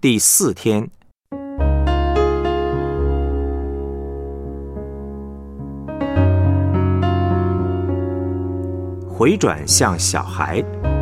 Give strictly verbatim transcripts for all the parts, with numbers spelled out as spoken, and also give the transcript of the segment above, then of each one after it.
第四天，回转向小孩。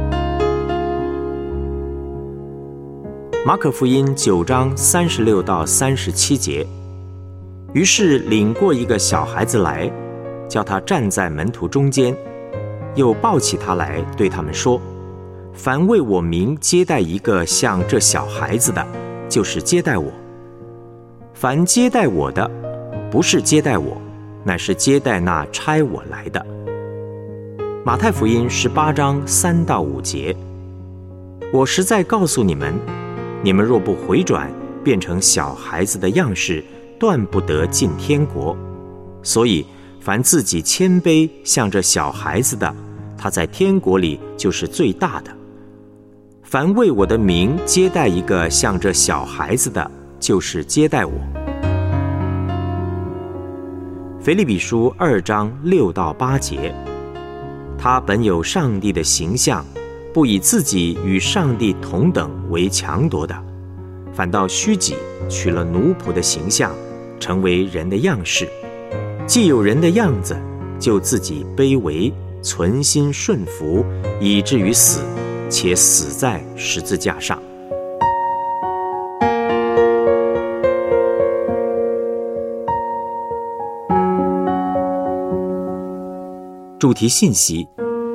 马可福音九章三十六到三十七节，于是领过一个小孩子来，叫他站在门徒中间，又抱起他来，对他们说：凡为我名接待一个像这小孩子的，就是接待我；凡接待我的，不是接待我，乃是接待那差我来的。马太福音十八章三到五节，我实在告诉你们，你们若不回转，变成小孩子的样式，断不得进天国。所以凡自己谦卑像这小孩子的，他在天国里就是最大的。凡为我的名接待一个像这小孩子的，就是接待我。腓立比书二章六到八节，他本有上帝的形象，不以自己与上帝同等为强夺的，反倒虚己，取了奴仆的形象，成为人的样式。既有人的样子，就自己卑微，存心顺服，以至于死，且死在十字架上。主题信息：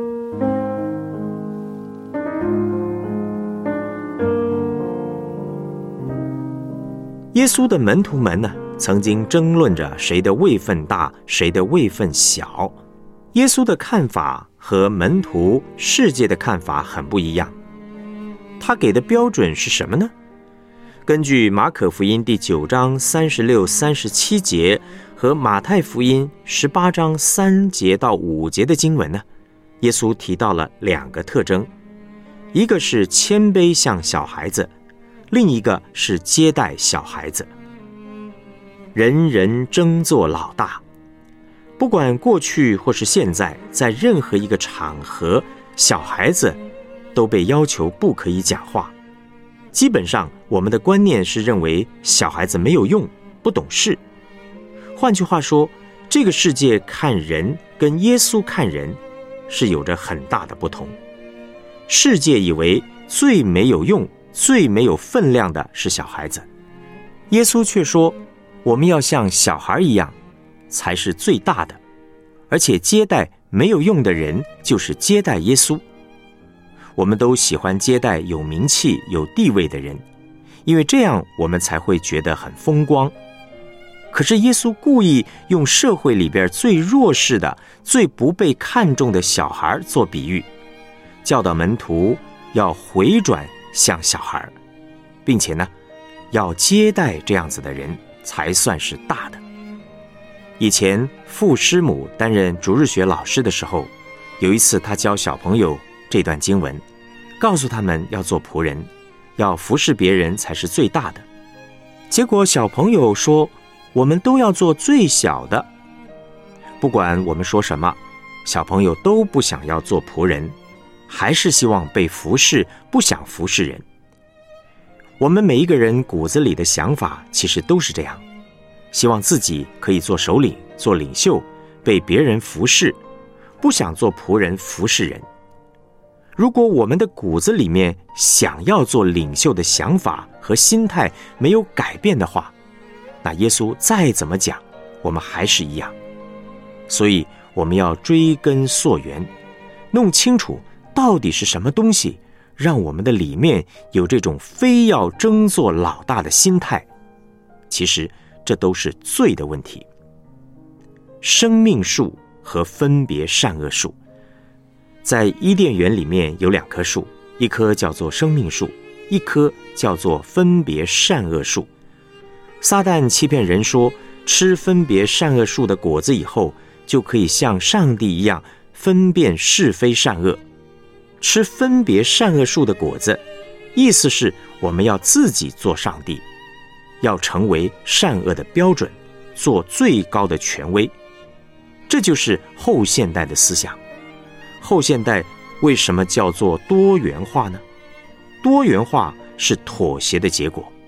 耶稣的门徒们呢，曾经争论着谁的位分大，谁的位分小。耶稣的看法和门徒世界的看法很不一样。他给的标准是什么呢？根据马可福音第九章三十六、三十七节和马太福音十八章三节到五节的经文呢，耶稣提到了两个特征，一个是谦卑像小孩子，另一个是接待小孩子。人人争做老大，不管过去或是现在，在任何一个场合，小孩子都被要求不可以讲话。基本上我们的观念是认为小孩子没有用，不懂事。换句话说，这个世界看人跟耶稣看人是有着很大的不同。世界以为最没有用、最没有分量的是小孩子，耶稣却说我们要像小孩一样才是最大的，而且接待没有用的人就是接待耶稣。我们都喜欢接待有名气有地位的人，因为这样我们才会觉得很风光。可是耶稣故意用社会里边最弱势的、最不被看重的小孩做比喻，教导门徒要回转向小孩，并且呢，要接待这样子的人才算是大的。以前傅师母担任主日学老师的时候，有一次他教小朋友这段经文，告诉他们要做仆人，要服侍别人才是最大的。结果小朋友说，我们都要做最小的。不管我们说什么，小朋友都不想要做仆人，还是希望被服侍，不想服侍人。我们每一个人骨子里的想法其实都是这样，希望自己可以做首领，做领袖，被别人服侍，不想做仆人服侍人。如果我们的骨子里面想要做领袖的想法和心态没有改变的话，那耶稣再怎么讲，我们还是一样。所以我们要追根溯源，弄清楚到底是什么东西让我们的里面有这种非要争做老大的心态。其实这都是罪的问题。生命树和分别善恶树，在伊甸园里面有两棵树，一棵叫做生命树，一棵叫做分别善恶树。撒旦欺骗人说，吃分别善恶树的果子以后，就可以像上帝一样分辨是非善恶。吃分别善恶树的果子，意思是我们要自己做上帝，要成为善恶的标准，做最高的权威。这就是后现代的思想。后现代为什么叫做多元化呢？多元化是妥协的结果。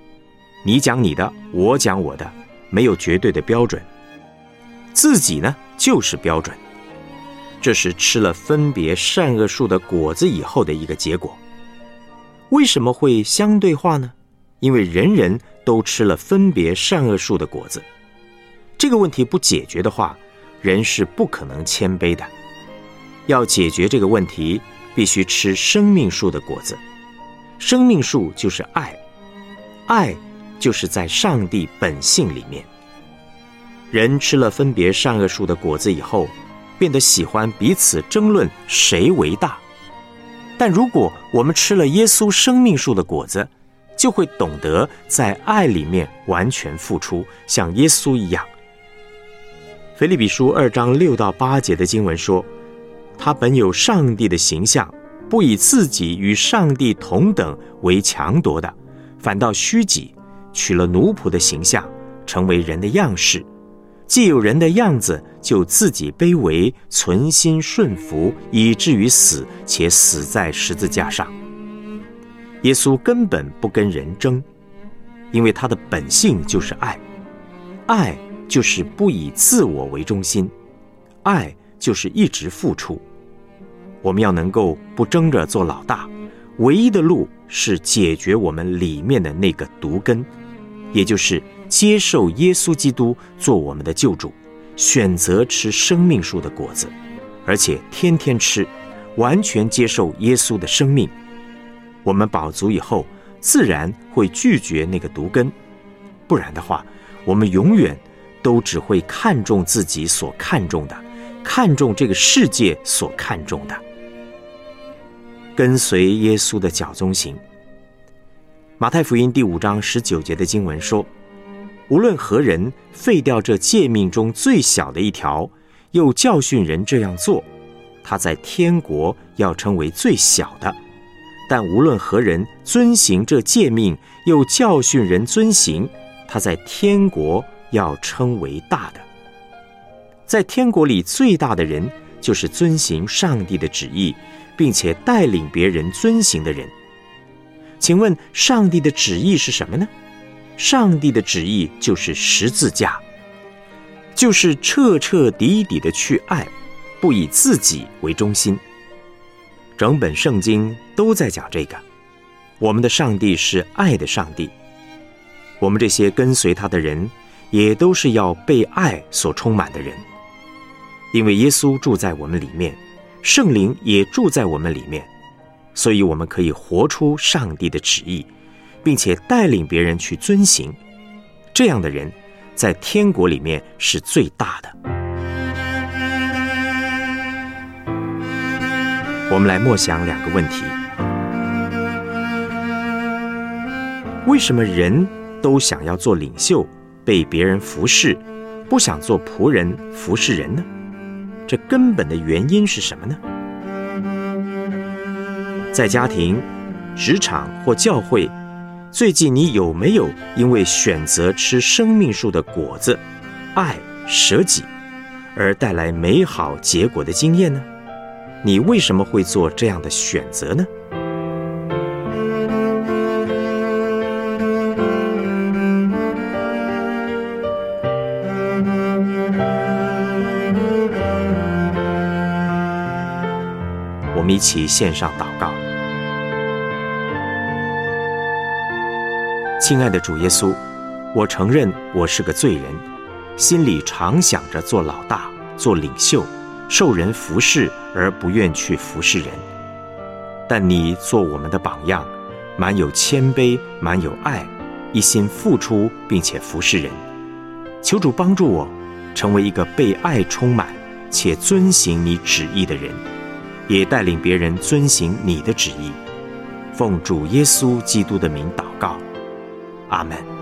你讲你的，我讲我的，没有绝对的标准。自己呢，就是标准。这是吃了分别善恶树的果子以后的一个结果。为什么会相对化呢？因为人人都吃了分别善恶树的果子。这个问题不解决的话，人是不可能谦卑的。要解决这个问题，必须吃生命树的果子。生命树就是爱，爱就是在上帝本性里面。人吃了分别善恶树的果子以后，变得喜欢彼此争论谁为大。但如果我们吃了耶稣生命树的果子，就会懂得在爱里面完全付出，像耶稣一样。腓立比书二章六到八节的经文说，他本有上帝的形象，不以自己与上帝同等为强夺的，反倒虚己，取了奴仆的形象，成为人的样式。既有人的样子，就自己卑微，存心顺服，以至于死，且死在十字架上。耶稣根本不跟人争，因为他的本性就是爱。爱就是不以自我为中心，爱就是一直付出。我们要能够不争着做老大，唯一的路是解决我们里面的那个毒根，也就是接受耶稣基督做我们的救主，选择吃生命树的果子，而且天天吃，完全接受耶稣的生命。我们饱足以后，自然会拒绝那个毒根，不然的话，我们永远都只会看重自己所看重的，看重这个世界所看重的。跟随耶稣的脚踪行。马太福音第五章十九节的经文说，无论何人废掉这诫命中最小的一条，又教训人这样做，他在天国要称为最小的；但无论何人遵行这诫命，又教训人遵行，他在天国要称为大的。在天国里最大的人，就是遵行上帝的旨意，并且带领别人遵行的人。请问上帝的旨意是什么呢？上帝的旨意就是十字架，就是彻彻底底的去爱，不以自己为中心。整本圣经都在讲这个。我们的上帝是爱的上帝，我们这些跟随他的人，也都是要被爱所充满的人。因为耶稣住在我们里面，圣灵也住在我们里面，所以我们可以活出上帝的旨意，并且带领别人去遵行。这样的人在天国里面是最大的。我们来默想两个问题：为什么人都想要做领袖，被别人服侍，不想做仆人，服侍人呢？这根本的原因是什么呢？在家庭、职场或教会，最近你有没有因为选择吃生命树的果子，爱、舍己，而带来美好结果的经验呢？你为什么会做这样的选择呢？我们一起献上祷告。亲爱的主耶稣，我承认我是个罪人，心里常想着做老大、做领袖，受人服侍而不愿去服侍人。但你做我们的榜样，满有谦卑，满有爱，一心付出并且服侍人。求主帮助我，成为一个被爱充满且遵行你旨意的人，也带领别人遵行你的旨意。奉主耶稣基督的名祷告，阿们。